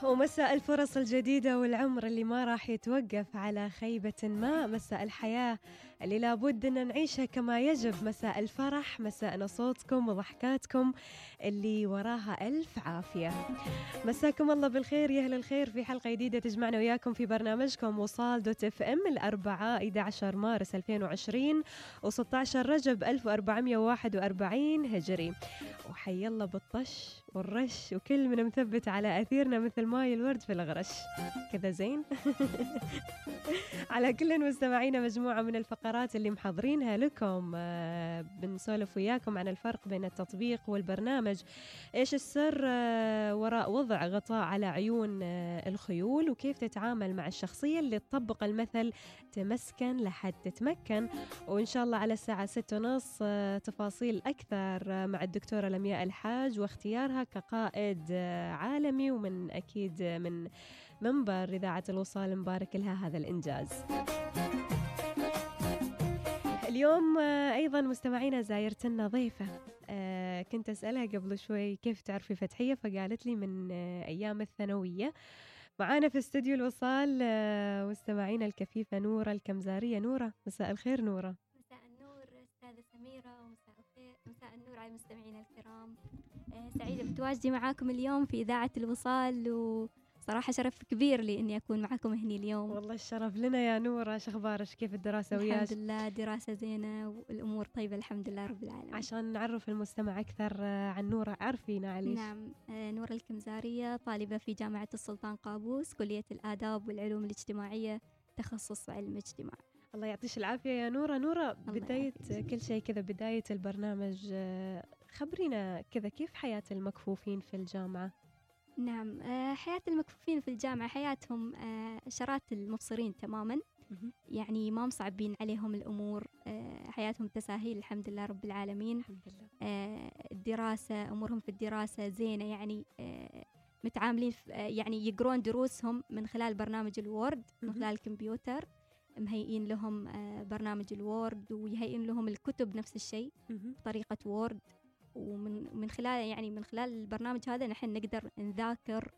ومساء الفرص الجديدة والعمر اللي ما راح يتوقف على خيبة ما، مساء الحياة اللي لابد أن نعيشها كما يجب، مساء الفرح، مساء صوتكم وضحكاتكم اللي وراها ألف عافية. مساكم الله بالخير يا أهل الخير في حلقة جديدة تجمعنا وياكم في برنامجكم وصال دوت اف ام الأربعاء 11 مارس 2020 و16 رجب 1441 هجري. وحي الله بالطش والرش وكل من مثبت على أثيرنا مثل ماي الورد في الغرش كذا زين. على كل مستمعينا مجموعة من الفقرات اللي محضرينها لكم، بنسولف وياكم عن الفرق بين التطبيق والبرنامج، إيش السر وراء وضع غطاء على عيون الخيول، وكيف تتعامل مع الشخصية اللي تطبق المثل تمسكن لحد تتمكن. وإن شاء الله على الساعة 6:30 تفاصيل أكثر مع الدكتورة لمياء الحاج واختيارها كقائد عالمي ومن أكيد من منبر إذاعة الوصال، مبارك لها هذا الإنجاز. اليوم أيضا مستمعينا زايرتنا ضيفة، كنت أسألها قبل شوي كيف تعرفي فتحية، فقالت لي من أيام الثانوية. معانا في استوديو الوصال مستمعينا الكفيفة نورة الكمزارية. نورة، مساء الخير. نورة، مساء النور أستاذة سميرة، ومساء الخير، مساء النور على المستمعين الكرام. سعيدة بتواجدي معاكم اليوم في إذاعة الوصال، وصراحة شرف كبير لي إني أكون معاكم هني اليوم. والله الشرف لنا يا نورة. شو أخبارك؟ كيف الدراسة وياك؟ الحمد لله، دراسة زينة والأمور طيبة الحمد لله رب العالمين. عشان نعرف المستمع أكثر عن نورة، عرفينا عليش. نعم، نورة الكمزارية، طالبة في جامعة السلطان قابوس، كلية الآداب والعلوم الاجتماعية، تخصص علم اجتماع. الله يعطيش العافية يا نورة. نورة، بداية كل شيء كذا، بداية البرنامج خبرينا كذا كيف حياة المكفوفين في الجامعة؟ نعم، حياة المكفوفين في الجامعة حياتهم شرات المبصرين تماما، يعني ما مصعبين عليهم الأمور، حياتهم تساهيل الحمد لله رب العالمين. الحمد لله. الدراسة، أمورهم في الدراسة زينة، يعني متعاملين يعني يقرون دروسهم من خلال برنامج الوورد، من خلال الكمبيوتر، مهيئين لهم برنامج الوورد، ويهيئين لهم الكتب نفس الشيء بطريقة وورد. ومن خلال يعني من خلال البرنامج هذا نحن نقدر نذاكر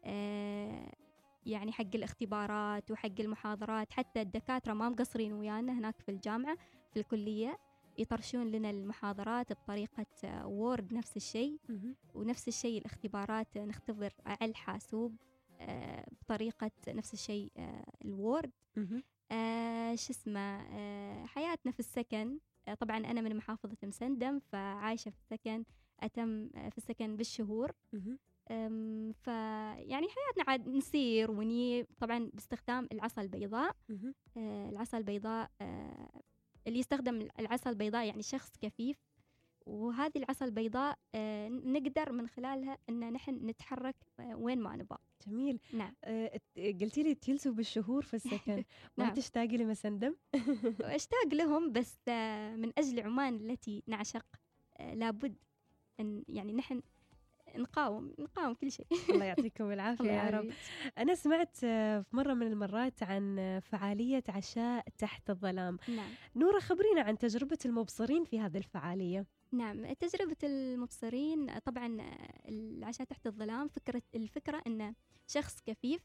يعني حق الاختبارات وحق المحاضرات. حتى الدكاترة ما مقصرين ويانا هناك في الجامعة في الكلية، يطرشون لنا المحاضرات بطريقة وورد نفس الشيء، ونفس الشيء الاختبارات نختبر على الحاسوب بطريقة نفس الشيء الوورد. شو اسمه، حياتنا في السكن، طبعا أنا من محافظة مسندم، فعايشة في السكن، أتم في السكن بالشهور. فيعني حياتنا عاد نسير ونجيب طبعا باستخدام العصا البيضاء. العصا البيضاء، اللي يستخدم العصا البيضاء يعني شخص كفيف، وهذه العصا البيضاء نقدر من خلالها أن نحن نتحرك وين ما نبغى. جميل. نعم. قلتي لي تجلسوا بالشهور في السكن. ما نعم. تشتاقي لمسندم؟ أشتاق لهم، بس من أجل عمان التي نعشق لابد أن يعني نحن نقاوم كل شيء. الله يعطيكم العافية يا رب. أنا سمعت في مرة من المرات عن فعالية عشاء تحت الظلام. نعم. نورة، خبرينا عن تجربة المبصرين في هذه الفعالية. نعم، تجربة المبصرين طبعا العشاء تحت الظلام، الفكرة أن شخص كفيف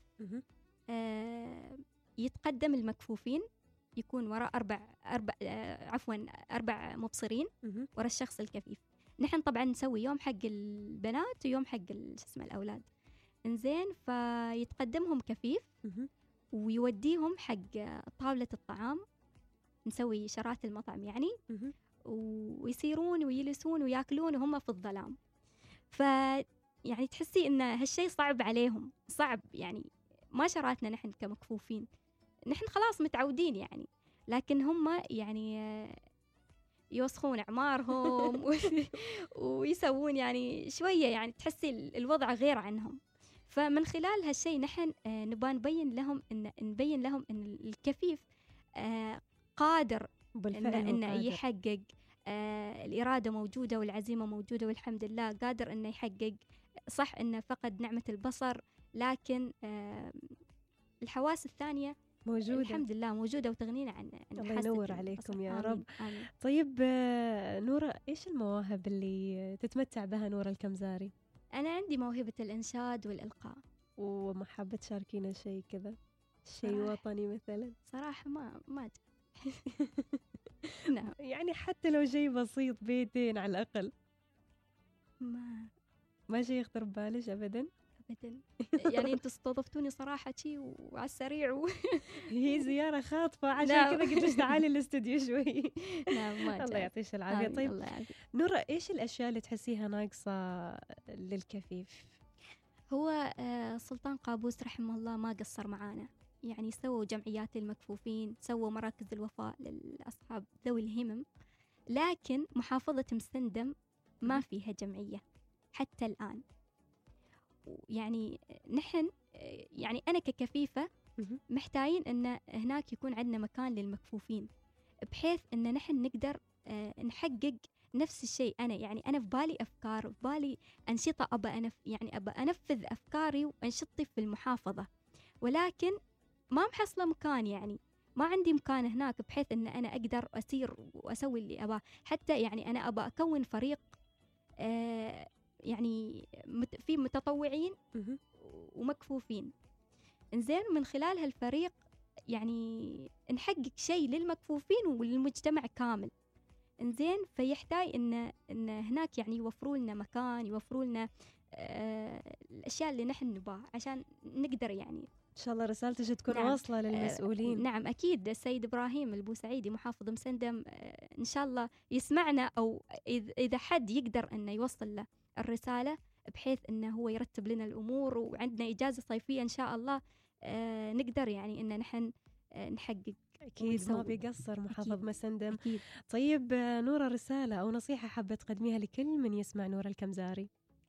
يتقدم المكفوفين، يكون وراء أربع مبصرين وراء الشخص الكفيف. نحن طبعا نسوي يوم حق البنات ويوم حق الأولاد. إنزين، فيتقدمهم كفيف ويوديهم حق طاولة الطعام، نسوي شرات المطعم يعني، ويصيرون ويجلسون وياكلون وهم في الظلام. يعني تحسي إن هالشيء صعب عليهم، صعب يعني ما شراتنا نحن كمكفوفين، نحن خلاص متعودين يعني، لكن هم يعني يوسخون أعمارهم ويسوون يعني شوية، يعني تحسي الوضع غير عنهم. فمن خلال هالشيء نحن نبغى نبين لهم إن الكفيف قادر إنه يحقق، الإرادة موجودة والعزيمة موجودة والحمد لله قادر إنه يحقق. صح إنه فقد نعمة البصر، لكن الحواس الثانية موجودة الحمد لله، موجودة وتغنينا عن الله ينور عليكم يا آمين. رب. آمين. طيب نورة، إيش المواهب اللي تتمتع بها نورة الكمزاري؟ أنا عندي موهبة الإنشاد والإلقاء. وما حابة تشاركينا شيء كذا، شيء صراحة. وطني مثلا؟ صراحة ما نعم. يعني حتى لو شيء بسيط، بيتين على الأقل. ما شيء يخطر ببالش أبدا؟ أبدا. يعني أنتوا استضفتوني صراحة شي وعلى السريع هي زيارة خاطفة، عشان نعم. كذا قلت لك تعالي الاستوديو شوي. نعم ما الله جاء. يعطيش العافية. آمين، طيب الله يعافيك. نورة، إيش الأشياء اللي تحسيها ناقصة للكفيف؟ هو سلطان قابوس رحمه الله ما قصر معانا، يعني سووا جمعيات للمكفوفين، سووا مراكز الوفاء للأصحاب ذوي الهمم، لكن محافظة مسندم ما فيها جمعية حتى الآن. يعني نحن يعني أنا ككفيفة محتاجين أن هناك يكون عندنا مكان للمكفوفين، بحيث أن نحن نقدر نحقق نفس الشيء. أنا في بالي أفكار، في بالي أنشطة، أبى أنفذ أفكاري وأنشطتي في المحافظة، ولكن ما محصلة مكان، يعني ما عندي مكان هناك بحيث أن أنا أقدر أسير وأسوي اللي أباه. حتى يعني أنا أبى أكون فريق يعني في متطوعين ومكفوفين، إنزين من خلال هالفريق يعني نحقق شيء للمكفوفين وللمجتمع كامل. إنزين فيحتاج إن هناك يعني يوفروا لنا مكان، يوفروا لنا الأشياء اللي نحن نباها عشان نقدر يعني. إن شاء الله رسالتك تكون نعم. واصلة للمسؤولين. نعم أكيد. السيد إبراهيم البوسعيدي محافظ مسندم إن شاء الله يسمعنا، أو إذا حد يقدر أنه يوصل له الرسالة بحيث أنه هو يرتب لنا الأمور، وعندنا إجازة صيفية إن شاء الله نقدر يعني أن نحن نحقق. أكيد ما بيقصر محافظ مسندم. أكيد. طيب نورة، رسالة أو نصيحة حابة تقدميها لكل من يسمع نورة الكمزاري؟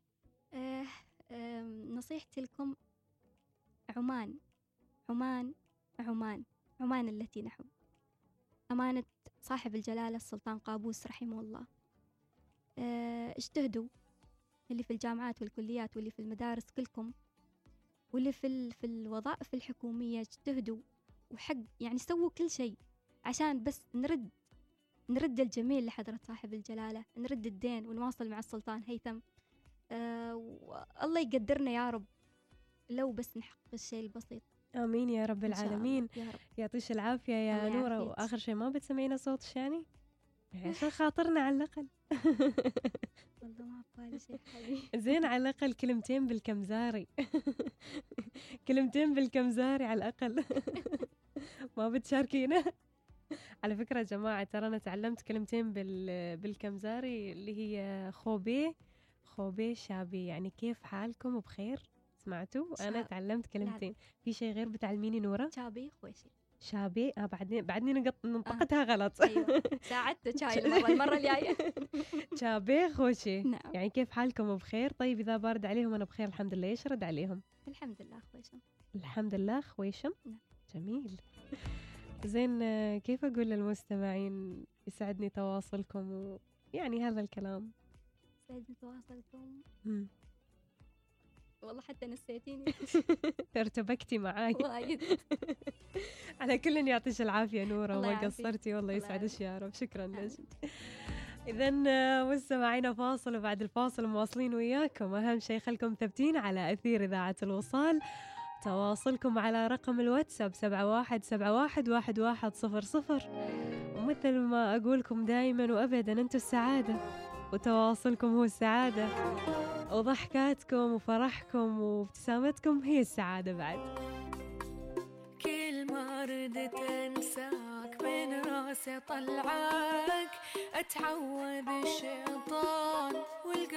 نصيحتي لكم: عمان عمان عمان عمان التي نحب، أمانة صاحب الجلالة السلطان قابوس رحمه الله. اجتهدوا، اللي في الجامعات والكليات واللي في المدارس كلكم، واللي في الوظائف الحكومية اجتهدوا وحق يعني سووا كل شيء عشان بس نرد الجميل لحضرة صاحب الجلالة، نرد الدين ونواصل مع السلطان هيثم. والله يقدرنا يا رب لو بس نحقق الشيء البسيط. آمين يا رب العالمين. يا رب. يعطيش العافية يا نورة. وآخر شيء ما بتسمعينا صوتش يعني عشان خاطرنا على الأقل. والله ما بالي شيء حبيبي. زين، على الأقل كلمتين بالكمزاري. كلمتين بالكمزاري على الأقل. ما بتشاركينا؟ على فكرة يا جماعة، ترى أنا تعلمت كلمتين بالكمزاري اللي هي خوبي شابي، يعني كيف حالكم وبخير. سمعتوا؟ أنا تعلمت كلمتين. في شيء غير بتعلميني نورة؟ شابي خوشي. شابي بعدني ننطقتها غلط. أيوة. ساعدت شاي المرة الجاية. شابي خوشي. نعم. يعني كيف حالكم وبخير. طيب إذا بارد عليهم أنا بخير الحمد لله. إيش رد عليهم؟ الحمد لله خويشم. الحمد لله خويشم. نعم. جميل. زين، كيف أقول للمستمعين يسعدني تواصلكم يعني هذا الكلام؟ يسعدني تواصلكم. والله حتى نسيتيني. ارتبكتي معاي وايد. على كل يعطيش العافية نورة، وما يعافيك. قصرتي، والله يسعدك يا رب. شكرا لك. إذن مستمعينا فاصل، وبعد الفاصل مواصلين وياكم. أهم شيء خلكم ثابتين على أثير إذاعة الوصال. تواصلكم على رقم الواتساب 71711100. ومثل ما أقولكم دائما وأبدا، أنتوا السعادة، وتواصلكم هو السعادة، وضحكاتكم وفرحكم وابتسامتكم هي السعادة بعد. كل ما ردت أنساك من راسي طلعك، أتعوذ الشيطان